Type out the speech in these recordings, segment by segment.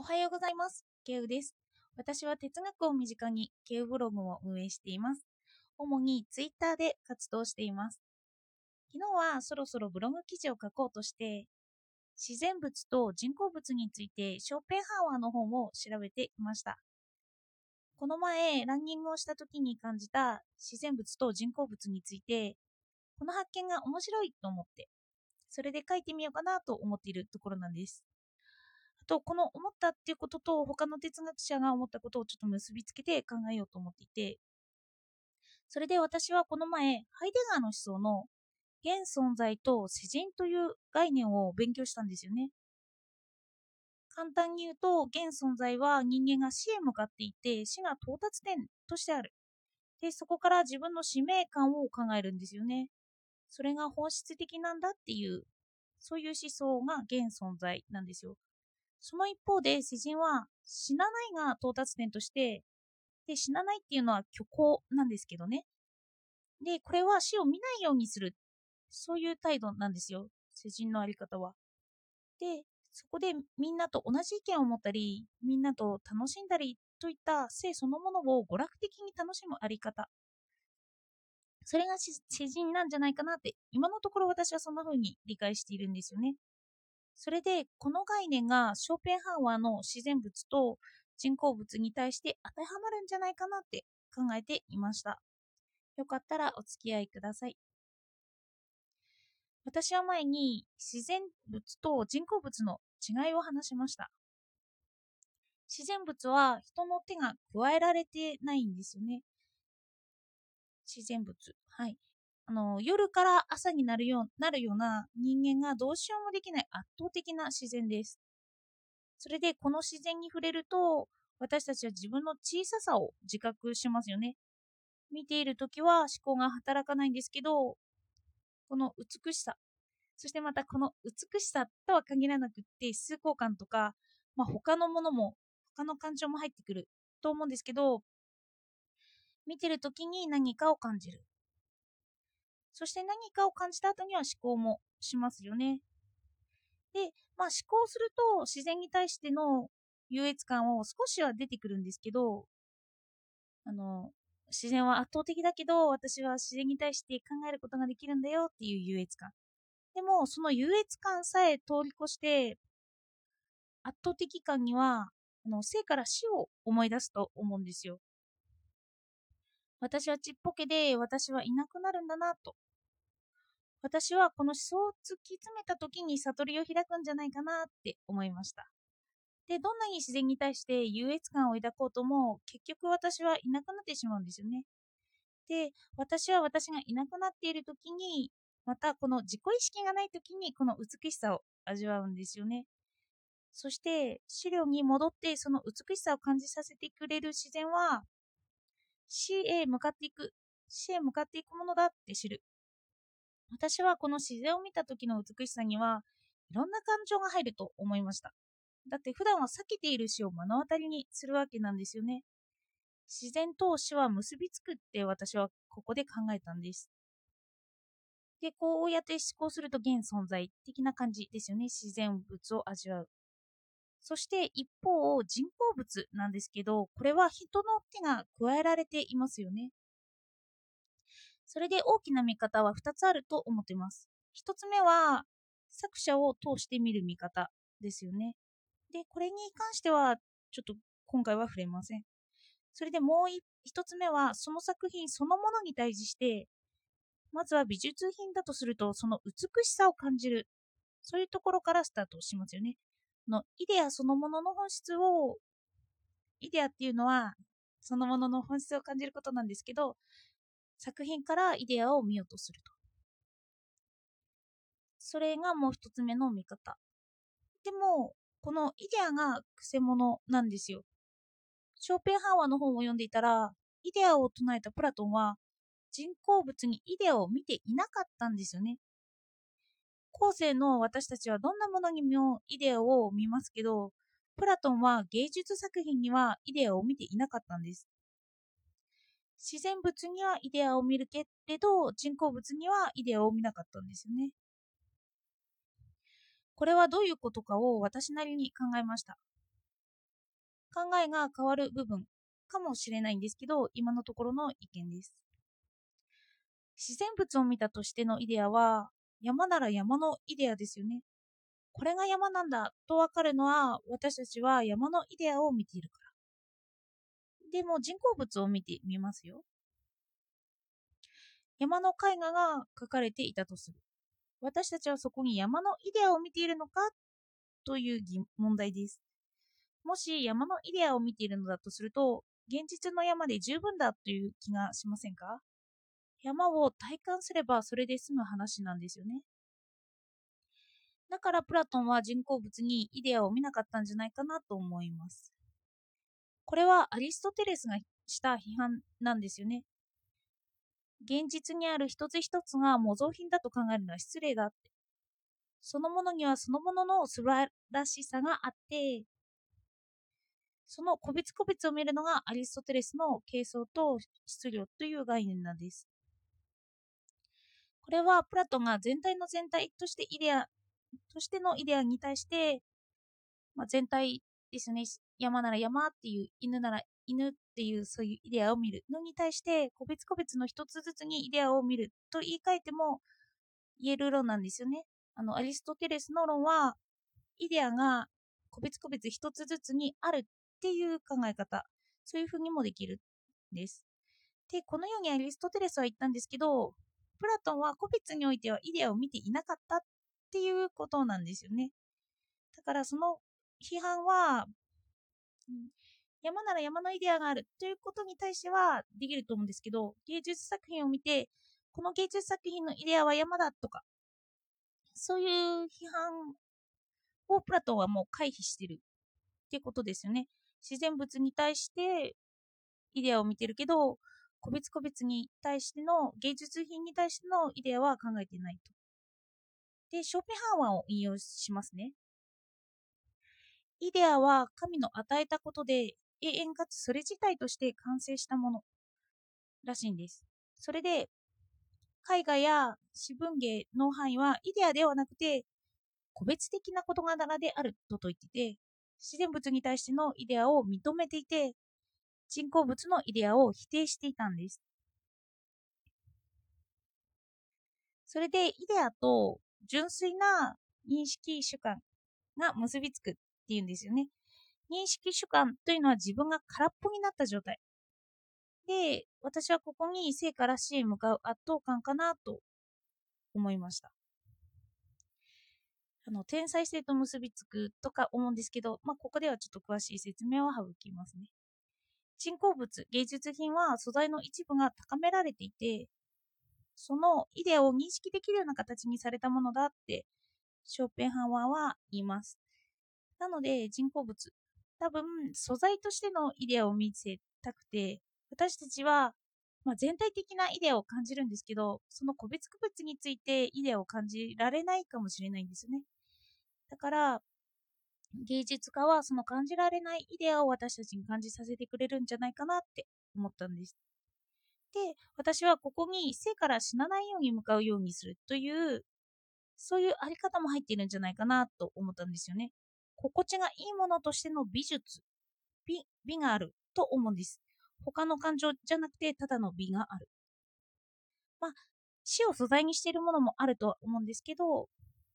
おはようございます。ケウです。私は哲学を身近にケウブログを運営しています。主にツイッターで活動しています。昨日はそろそろブログ記事を書こうとして、自然物と人工物についてショーペンハワーの本を調べていました。この前、ランニングをした時に感じた自然物と人工物について、この発見が面白いと思って、それで書いてみようかなと思っているところなんです。あと、この思ったっていうことと他の哲学者が思ったことをちょっと結びつけて考えようと思っていて、それで私はこの前、ハイデガーの思想の現存在と世人という概念を勉強したんですよね。簡単に言うと、現存在は人間が死へ向かっていて、死が到達点としてある。で、そこから自分の使命感を考えるんですよね。それが本質的なんだっていう、そういう思想が現存在なんですよ。その一方で世人は死なないが到達点として、で死なないっていうのは虚構なんですけどね。で、これは死を見ないようにする、そういう態度なんですよ、世人のあり方は。で、そこでみんなと同じ意見を持ったり、みんなと楽しんだりといった生そのものを娯楽的に楽しむあり方。それが世人なんじゃないかなって、今のところ私はそんな風に理解しているんですよね。それで、この概念がショーペンハワーの自然物と人工物に対して当てはまるんじゃないかなって考えていました。よかったらお付き合いください。私は前に自然物と人工物の違いを話しました。自然物は人の手が加えられてないんですよね。自然物。はい。夜から朝になるような人間がどうしようもできない圧倒的な自然です。それでこの自然に触れると、私たちは自分の小ささを自覚しますよね。見ているときは思考が働かないんですけど、この美しさ、そしてまたこの美しさとは限らなくって、崇高感とか、他のものも、他の感情も入ってくると思うんですけど、見てるときに何かを感じる。そして何かを感じた後には思考もしますよね。で、思考すると自然に対しての優越感を少しは出てくるんですけど、あの、自然は圧倒的だけど、私は自然に対して考えることができるんだよっていう優越感。でも、その優越感さえ通り越して、圧倒的感には、生から死を思い出すと思うんですよ。私はちっぽけで、私はいなくなるんだなと。私はこの思想を突き詰めた時に悟りを開くんじゃないかなって思いました。で、どんなに自然に対して優越感を抱こうとも、結局私はいなくなってしまうんですよね。で、私は私がいなくなっている時に、またこの自己意識がない時にこの美しさを味わうんですよね。そして資料に戻ってその美しさを感じさせてくれる自然は死へ向かっていく、死へ向かっていくものだって知る。私はこの自然を見た時の美しさにはいろんな感情が入ると思いました。だって普段は避けている死を目の当たりにするわけなんですよね。自然と死は結びつくって私はここで考えたんです。で、こうやって思考すると現存在的な感じですよね。自然物を味わう。そして一方、人工物なんですけど、これは人の手が加えられていますよね。それで大きな見方は2つあると思っています。1つ目は、作者を通して見る見方ですよね。で、これに関しては、ちょっと今回は触れません。それでもう1つ目は、その作品そのものに対峙して、まずは美術品だとすると、その美しさを感じる。そういうところからスタートしますよね。イデアそのものの本質を、イデアっていうのは、そのものの本質を感じることなんですけど、作品からイデアを見ようとすると。それがもう一つ目の見方。でも、このイデアがくせ者なんですよ。ショーペンハワーの本を読んでいたら、イデアを唱えたプラトンは、人工物にイデアを見ていなかったんですよね。後世の私たちはどんなものにもイデアを見ますけど、プラトンは芸術作品にはイデアを見ていなかったんです。自然物にはイデアを見るけれど、人工物にはイデアを見なかったんですよね。これはどういうことかを私なりに考えました。 考えが変わる部分かもしれないんですけど、今のところの意見です。自然物を見たとしてのイデアは、山なら山のイデアですよね。これが山なんだとわかるのは、私たちは山のイデアを見ているから。でも人工物を見てみますよ。山の絵画が描かれていたとする。私たちはそこに山のイデアを見ているのかという問題です。もし山のイデアを見ているのだとすると、現実の山で十分だという気がしませんか？山を体感すればそれで済む話なんですよね。だからプラトンは人工物にイデアを見なかったんじゃないかなと思います。これはアリストテレスがした批判なんですよね。現実にある一つ一つが模造品だと考えるのは失礼だって。そのものにはそのものの素晴らしさがあって、その個別個別を見るのがアリストテレスの形相と質量という概念なんです。これはプラトンが全体の全体としてのイデアに対して、全体ですね、山なら山っていう、犬なら犬っていうそういうイデアを見るのに対して、個別個別の一つずつにイデアを見ると言い換えても言える論なんですよね。アリストテレスの論は、イデアが個別個別一つずつにあるっていう考え方、そういうふうにもできるんです。で、このようにアリストテレスは言ったんですけど、プラトンは個別においてはイデアを見ていなかったっていうことなんですよね。だからその批判は、山なら山のイデアがあるということに対してはできると思うんですけど、芸術作品を見て、この芸術作品のイデアは山だとか、そういう批判をプラトンはもう回避してるっていうことですよね。自然物に対してイデアを見てるけど、個別個別に対しての芸術品に対してのイデアは考えていないと。で、ショーペンハーワーを引用しますね。イデアは神の与えたことで永遠かつそれ自体として完成したものらしいんです。それで絵画や詩文芸の範囲はイデアではなくて個別的な事柄であると説いていて、自然物に対してのイデアを認めていて、人工物のイデアを否定していたんです。それでイデアと純粋な認識主観が結びつくっていうんですよね。認識主観というのは自分が空っぽになった状態。で、私はここに生から死へ向かう圧倒感かなと思いました。天才性と結びつくとか思うんですけど、ここではちょっと詳しい説明は省きますね。人工物、芸術品は素材の一部が高められていて、そのイデアを認識できるような形にされたものだってショーペンハワーは言います。なので人工物、多分素材としてのイデアを見せたくて、私たちは、全体的なイデアを感じるんですけど、その個別個別についてイデアを感じられないかもしれないんですよね。だから芸術家はその感じられないイデアを私たちに感じさせてくれるんじゃないかなって思ったんです。で、私はここに生から死なないように向かうようにするという、そういうあり方も入っているんじゃないかなと思ったんですよね。心地がいいものとしての美術、美があると思うんです。他の感情じゃなくて、ただの美がある。死を素材にしているものもあるとは思うんですけど、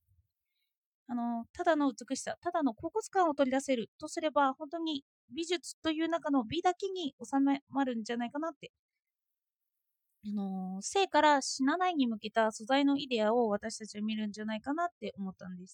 ただの美しさ、ただの恍惚感を取り出せるとすれば、本当に美術という中の美だけに収まるんじゃないかなって。生から死なないに向けた素材のイデアを私たちは見るんじゃないかなって思ったんです。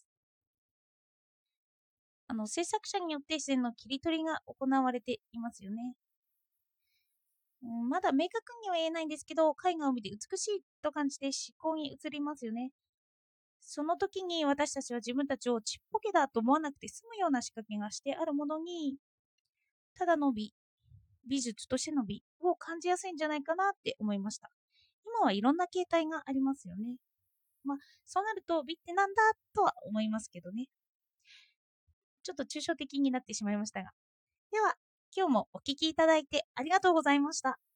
制作者によって自然の切り取りが行われていますよね。まだ明確には言えないんですけど、絵画を見て美しいと感じて思考に移りますよね。その時に私たちは自分たちをちっぽけだと思わなくて済むような仕掛けがしてあるものに、ただの美術としての美を感じやすいんじゃないかなって思いました。今はいろんな形態がありますよね。そうなると美ってなんだとは思いますけどね。ちょっと抽象的になってしまいましたが。では、今日もお聞きいただいてありがとうございました。